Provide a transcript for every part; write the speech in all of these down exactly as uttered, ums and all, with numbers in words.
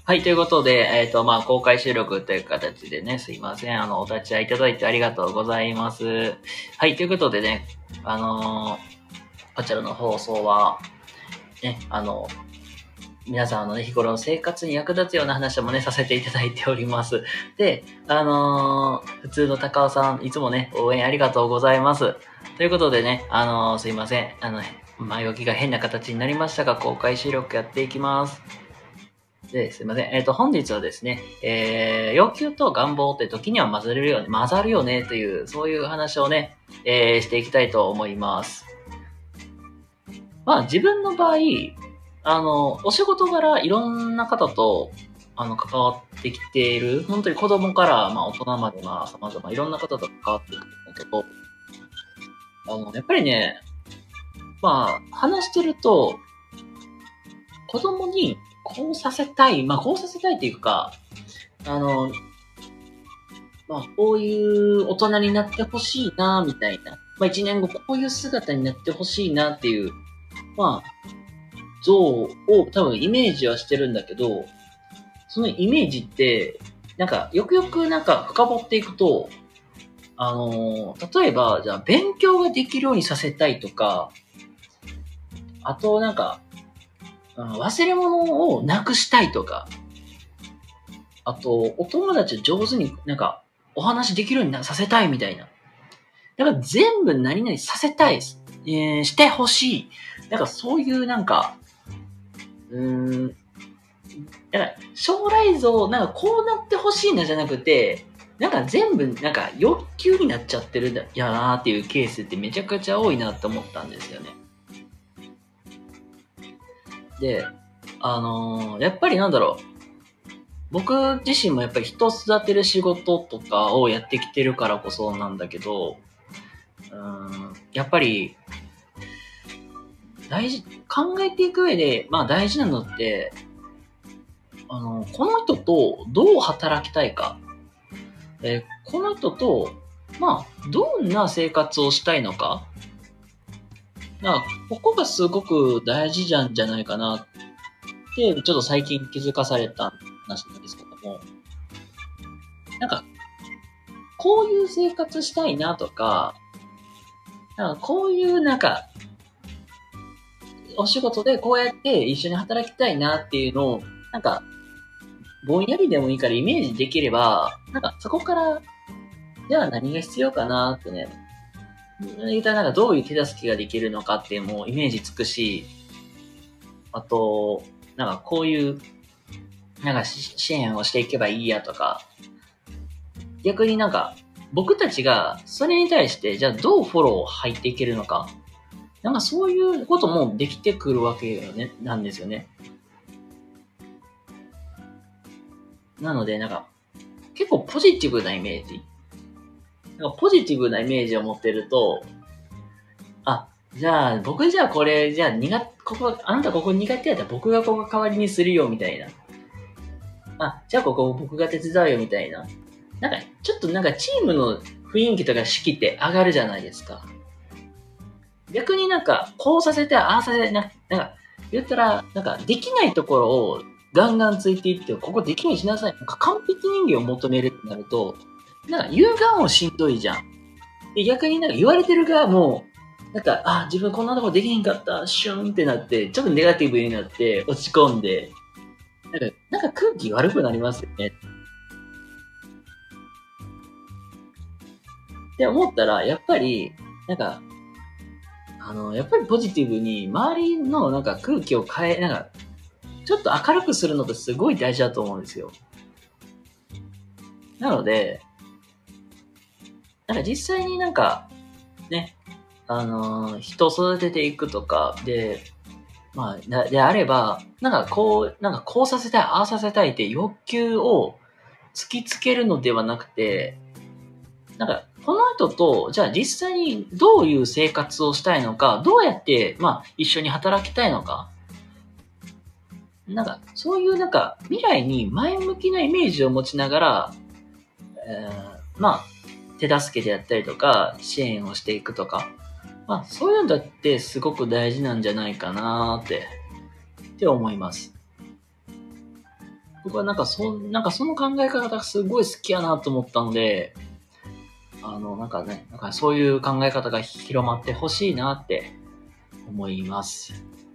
はい、ということで、えっ、と、まあ、公開収録という形でね、すいません。あの、お立ち会いいただいてありがとうございます。はい、ということでね、あのーこちらの放送は、ね、あの、皆さんのね、日頃の生活に役立つような話もね、させていただいております。で、あのー普通の高尾さん、いつもね、応援ありがとうございます。ということでね、あのーすいません。あの、前置きが変な形になりましたが、公開収録やっていきます。で、すいません。えっ、と、本日はですね、えー、要求と願望って時には混ざるよね、混ざるよねという、そういう話をね、えー、していきたいと思います。まあ、自分の場合、あの、お仕事柄いろんな方と、あの、関わってきている、本当に子供から、まあ、大人まで、まあ、様々いろんな方と関わってくるんだけど、あの、やっぱりね、まあ、話してると、子供にこうさせたい、まあ、こうさせたいっていうか、あの、まあ、こういう大人になってほしいな、みたいな。まあ、一年後こういう姿になってほしいなっていう、まあ、像を多分イメージはしてるんだけど、そのイメージって、なんか、よくよくなんか深掘っていくと、あのー、例えば、じゃあ、勉強ができるようにさせたいとか、あと、なんか、忘れ物をなくしたいとか、あと、お友達を上手になんか、お話できるようにさせたいみたいな。だから全部何々させたい、えー、してほしい。だからそういうなんか、うーん、だから将来像、なんかこうなってほしいなじゃなくて、なんか全部なんか欲求になっちゃってるんだやなーっていうケースってめちゃくちゃ多いなって思ったんですよね。で、あのー、やっぱりなんだろう。僕自身もやっぱり人を育てる仕事とかをやってきてるからこそなんだけど、うーん、やっぱり大事、考えていく上で、まあ大事なのって、あの、この人とどう働きたいか、えーこの人と、まあ、どんな生活をしたいのか、だからここがすごく大事じゃんじゃないかなって、ちょっと最近気づかされた話なんですけども、なんか、こういう生活したいなとか、なんかこういうなんか、お仕事でこうやって一緒に働きたいなっていうのを、なんか、ぼんやりでもいいからイメージできれば、なんかそこから、じゃあ何が必要かなってね、なんかどういう手助けができるのかっていうのもイメージつくし、あと、なんかこういう、なんか支援をしていけばいいやとか、逆になんか僕たちがそれに対してじゃあどうフォロー入っていけるのか、なんかそういうこともできてくるわけよね、なんですよね。なのでなんか結構ポジティブなイメージ。なんかポジティブなイメージを持ってると、あ、じゃあ、僕じゃあこれ、じゃあ苦手、ここ、あんたここ苦手やったら僕がここ代わりにするよ、みたいな。あ、じゃあここ僕が手伝うよ、みたいな。なんか、ちょっとなんかチームの雰囲気とか士気って上がるじゃないですか。逆になんか、こうさせて、ああさせて、ななんか、言ったら、なんか、できないところをガンガンついていって、ここできるようにしなさい。なんか完璧人間を求めるってなると、なんか、言う側もしんどいじゃん。で逆になんか言われてる側も、なんか、あ、自分こんなとこできへんかった、シュンってなって、ちょっとネガティブになって、落ち込んで、なんか、なんか空気悪くなりますよね。って思ったら、やっぱり、なんか、あの、やっぱりポジティブに、周りのなんか空気を変え、なんか、ちょっと明るくするのってすごい大事だと思うんですよ。なので、なんか実際になんか、ね、あのー人を育てていくとか、で、まあ、であれば、なんかこう、なんかこうさせたい、ああさせたいって欲求を突きつけるのではなくて、なんか、この人と、じゃあ実際にどういう生活をしたいのか、どうやって、まあ、一緒に働きたいのか、なんか、そういうなんか、未来に前向きなイメージを持ちながら、えーまあ、手助けであったりとか、支援をしていくとか、まあ、そういうのだってすごく大事なんじゃないかなーって、って思います。 僕はなんかそ、なんかその考え方がすごい好きやなと思ったので、あの、なんかね、なんかそういう考え方が広まってほしいなって思います。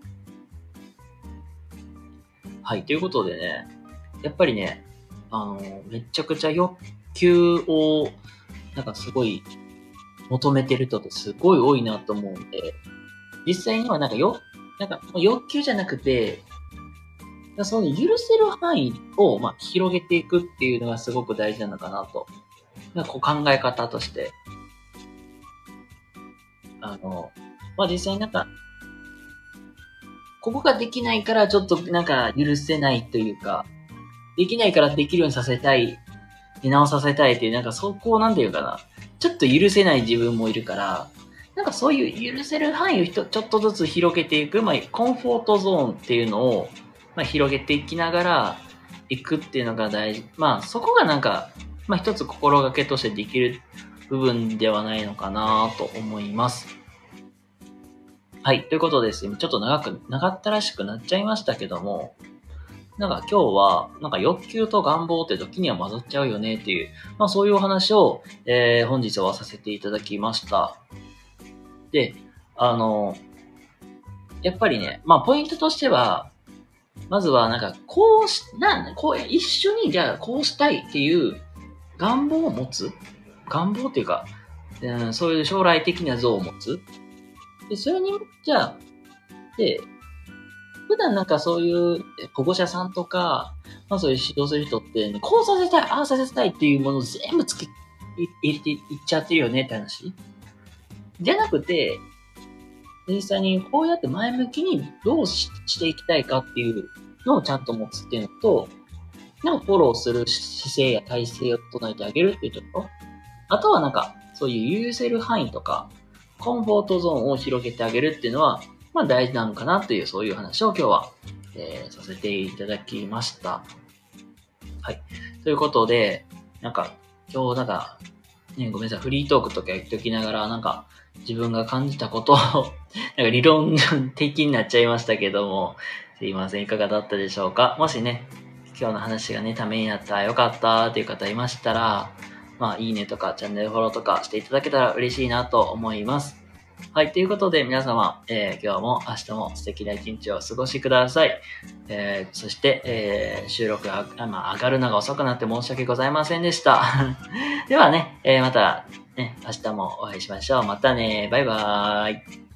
はい、ということでね、やっぱりね、あの、めちゃくちゃ欲求を、なんかすごい求めてる人ってすごい多いなと思うんで、実際にはなんかよ、なんか欲求じゃなくて、その許せる範囲を、まあ、広げていくっていうのがすごく大事なのかなと。なんかこう考え方として。あの、まあ、実際になんか、ここができないからちょっとなんか許せないというか、できないからできるようにさせたい、見直させたいっていう、なんかそこをなんていうかな、ちょっと許せない自分もいるから、なんかそういう許せる範囲をちょっとずつ広げていく、まあ、コンフォートゾーンっていうのを、まあ、広げていきながら行くっていうのが大事。まあ、そこがなんか、まあ一つ心がけとしてできる部分ではないのかなと思います。はい。ということでですね、ちょっと長く、長ったらしくなっちゃいましたけども、なんか今日は、なんか欲求と願望って時には混ざっちゃうよねっていう、まあそういうお話を、えー、本日はさせていただきました。で、あの、やっぱりね、まあポイントとしては、まずはなんかこうし、なんこう、一緒にじゃあこうしたいっていう願望を持つ願望っていうか、うん、そういう将来的な像を持つで、それに、じゃあ、で、普段なんかそういう保護者さんとか、まあそういう指導する人って、ね、こうさせたい、ああさせたいっていうものを全部つけ、入れていっちゃってるよねって話。じゃなくて、実際にこうやって前向きにどうししていきたいかっていうのをちゃんと持つっていうのと、なんかフォローする姿勢や体制を整えてあげるっていうところ。あとはなんか、そういう許せる範囲とか、コンフォートゾーンを広げてあげるっていうのは、まあ大事なのかなっていう、そういう話を今日は、えー、させていただきました。はい。ということで、なんか、今日なんか、ね、ごめんなさい、フリートークとか言っておきながら、なんか、自分が感じたことをなんか理論的になっちゃいましたけども、すいません、いかがだったでしょうか。もしね、今日の話がね、ためになった、よかったっていう方いましたら、まあ、いいねとか、チャンネルフォローとかしていただけたら嬉しいなと思います。はい、ということで皆様、えー、今日も明日も素敵な一日をお過ごしください。えー、そして、えー、収録が、まあ、上がるのが遅くなって申し訳ございませんでした。ではね、えー、また、ね、明日もお会いしましょう。またね、バイバーイ。